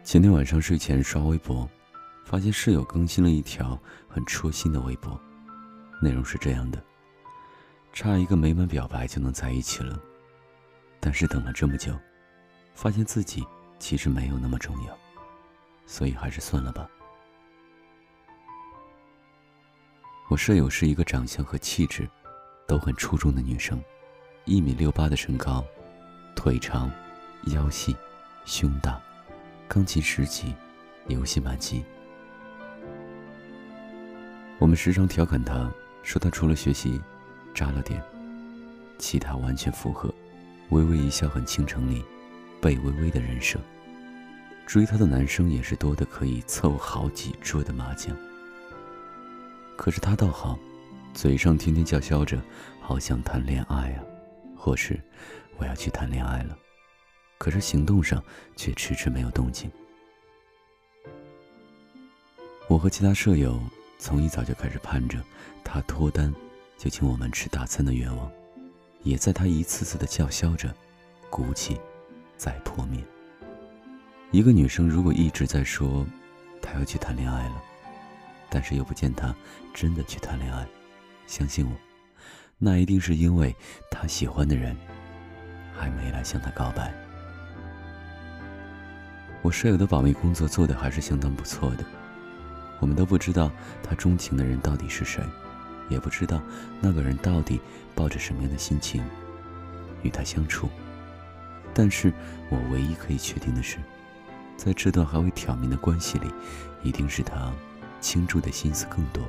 前天晚上睡前刷微博，发现室友更新了一条很戳心的微博，内容是这样的：差一个美满表白就能在一起了，但是等了这么久，发现自己其实没有那么重要，所以还是算了吧。我舍友是一个长相和气质都很出众的女生，1.68米的身高，腿长，腰细，胸大，钢琴10级，游戏满级。我们时常调侃她，说她除了学习渣了点，其他完全符合微微一笑很倾城里贝微微的人设。追她的男生也是多的可以凑好几桌的麻将。可是她倒好，嘴上天天叫嚣着好想谈恋爱啊，或是我要去谈恋爱了，可是行动上却迟迟没有动静。我和其他舍友从一早就开始盼着他脱单就请我们吃大餐的愿望，也在他一次次的叫嚣着鼓起再破灭。一个女生如果一直在说她要去谈恋爱了，但是又不见她真的去谈恋爱，相信我，那一定是因为她喜欢的人还没来向她告白。我舍友的保密工作做得还是相当不错的，我们都不知道他钟情的人到底是谁，也不知道那个人到底抱着什么样的心情与他相处。但是我唯一可以确定的是，在这段还未挑明的关系里，一定是他倾注的心思更多。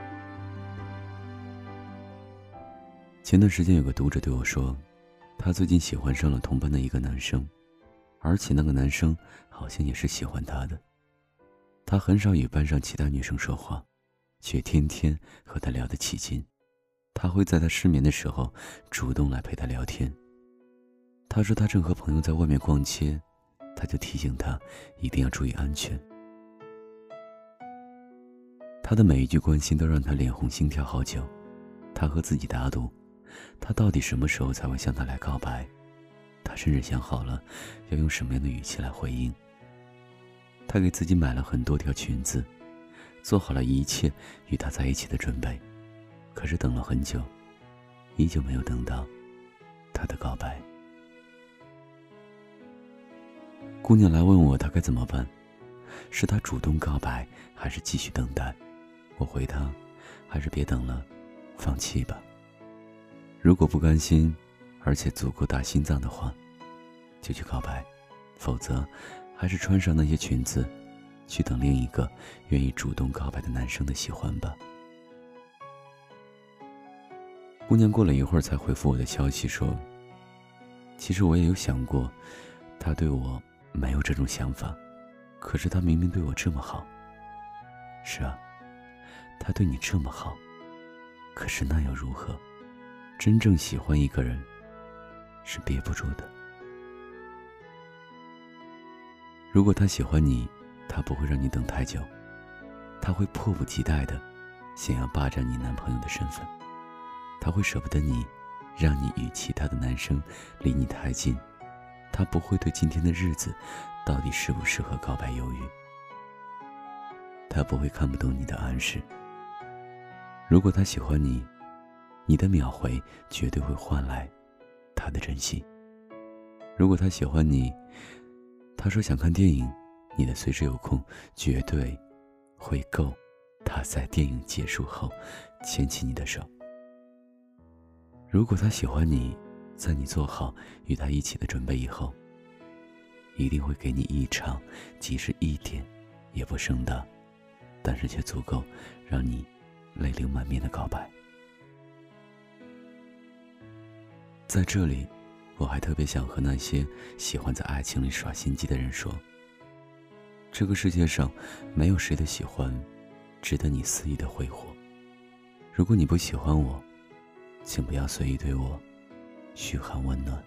前段时间有个读者对我说，他最近喜欢上了同班的一个男生，而且那个男生好像也是喜欢他的。他很少与班上其他女生说话，却天天和她聊得起劲。他会在她失眠的时候主动来陪她聊天。他说他正和朋友在外面逛街，他就提醒她一定要注意安全。他的每一句关心都让她脸红心跳好久。他和自己打赌，他到底什么时候才会向她来告白。他甚至想好了要用什么样的语气来回应。他给自己买了很多条裙子，做好了一切与他在一起的准备，可是等了很久，依旧没有等到他的告白。姑娘来问我她该怎么办，是她主动告白还是继续等待？我回她，还是别等了，放弃吧。如果不甘心而且足够大心脏的话，就去告白，否则还是穿上那些裙子，去等另一个愿意主动告白的男生的喜欢吧。姑娘过了一会儿才回复我的消息说，其实我也有想过，他对我没有这种想法，可是他明明对我这么好。是啊，他对你这么好，可是那又如何？真正喜欢一个人是憋不住的。如果他喜欢你，他不会让你等太久，他会迫不及待的想要霸占你男朋友的身份，他会舍不得你，让你与其他的男生离你太近，他不会对今天的日子到底适不适合告白犹豫，他不会看不懂你的暗示。如果他喜欢你，你的秒回绝对会换来他的珍惜。如果他喜欢你，他说想看电影，你的随时有空绝对会够他在电影结束后牵起你的手。如果他喜欢你，在你做好与他一起的准备以后，一定会给你一场即使一点也不盛大，但是却足够让你泪流满面的告白。在这里，我还特别想和那些喜欢在爱情里耍心机的人说，这个世界上没有谁的喜欢值得你肆意的挥霍。如果你不喜欢我，请不要随意对我嘘寒问暖。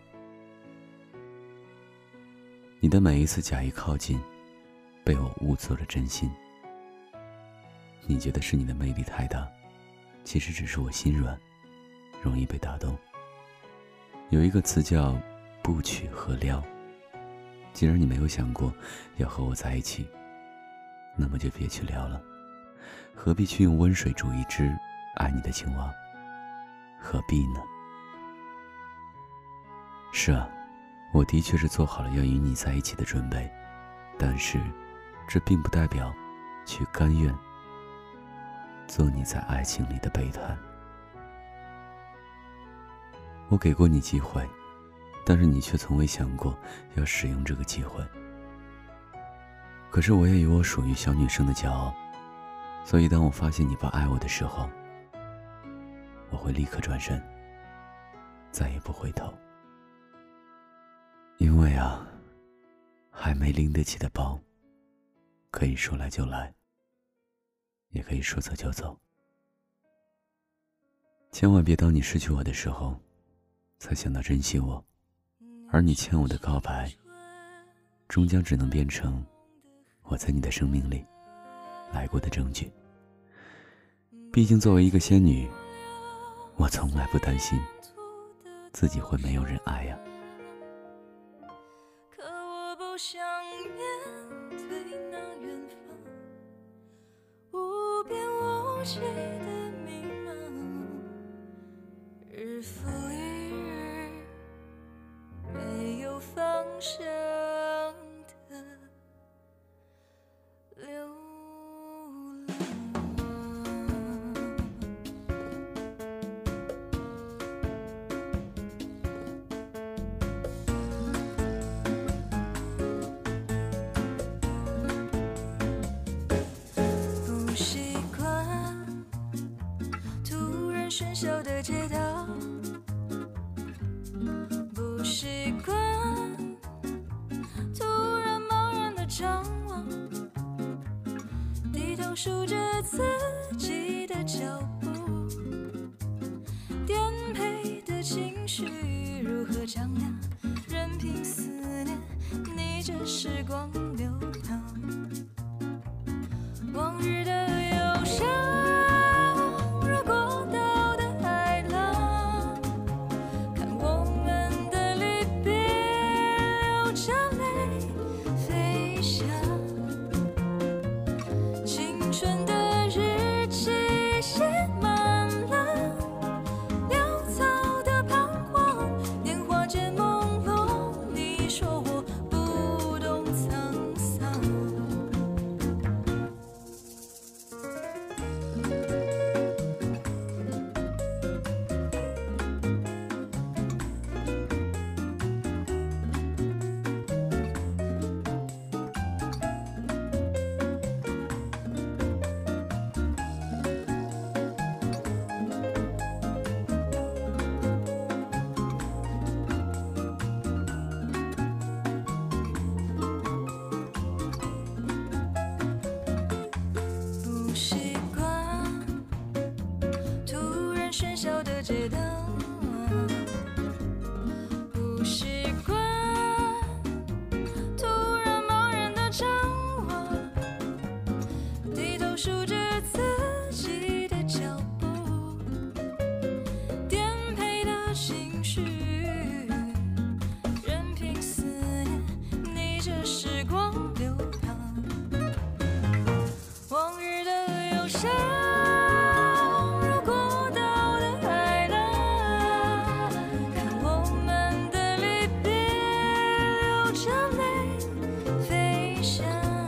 你的每一次假意靠近，被我误作了真心。你觉得是你的魅力太大，其实只是我心软，容易被打动。有一个词叫不娶和撩， 既然你没有想过要和我在一起，那么就别去聊了，何必去用温水煮一只爱你的青蛙？何必呢？是啊，我的确是做好了要与你在一起的准备，但是这并不代表去甘愿做你在爱情里的备胎。我给过你机会，但是你却从未想过要使用这个机会。可是我也有我属于小女生的骄傲，所以当我发现你不爱我的时候，我会立刻转身，再也不回头。因为啊，还没拎得起的包，可以说来就来，也可以说走就走。千万别当你失去我的时候才想到珍惜我，而你欠我的告白终将只能变成我在你的生命里来过的证据。毕竟作为一个仙女，我从来不担心自己会没有人爱呀。 可我不想面对那远方无边无际的迷茫，日复一日没有方向的流浪。不习惯突然喧嚣的街道，不习惯突然茫然的张望，低头数着自己的脚步，颠沛的情绪如何丈量，任凭思念逆着时光流淌。往日的忧伤如果到的海浪，看我们的离别流着泪飞翔，青春的日记写满了潦草的彷徨，年华渐朦胧，你说我不懂沧桑。不习惯突然喧嚣的街道，不习惯突然茫然的张望，低头数着自己的脚步，颠沛的情绪任凭思念逆着时光流淌。往日的忧伤如果到的海浪，看我们的离别流着泪飞翔，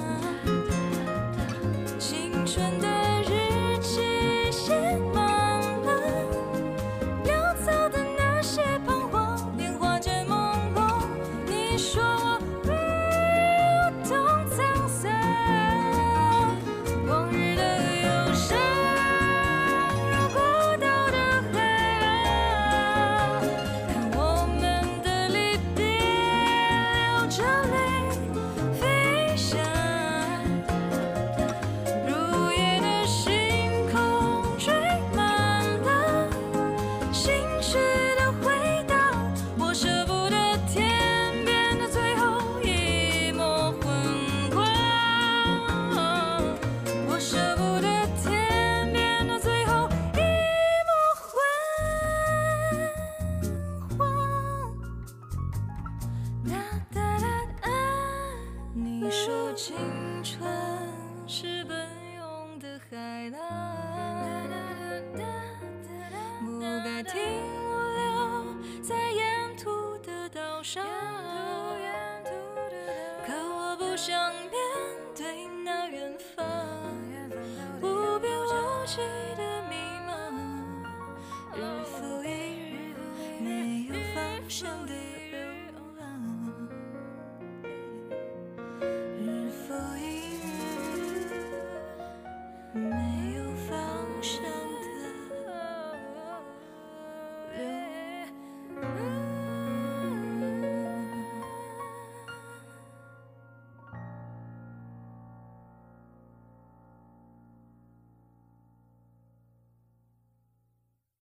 青春的日记写满了潦草的那些彷徨，年华渐朦胧，你说我不懂沧桑。往日的忧伤如果到的海浪，看我们的离别流着泪飞翔，如夜的星空追满了心事的回荡，我舍不得天边的最青春是奔涌的海浪，不该停留在沿途的岛上，可我不想面对那远方，无边无际的迷茫，日复一日没有方向的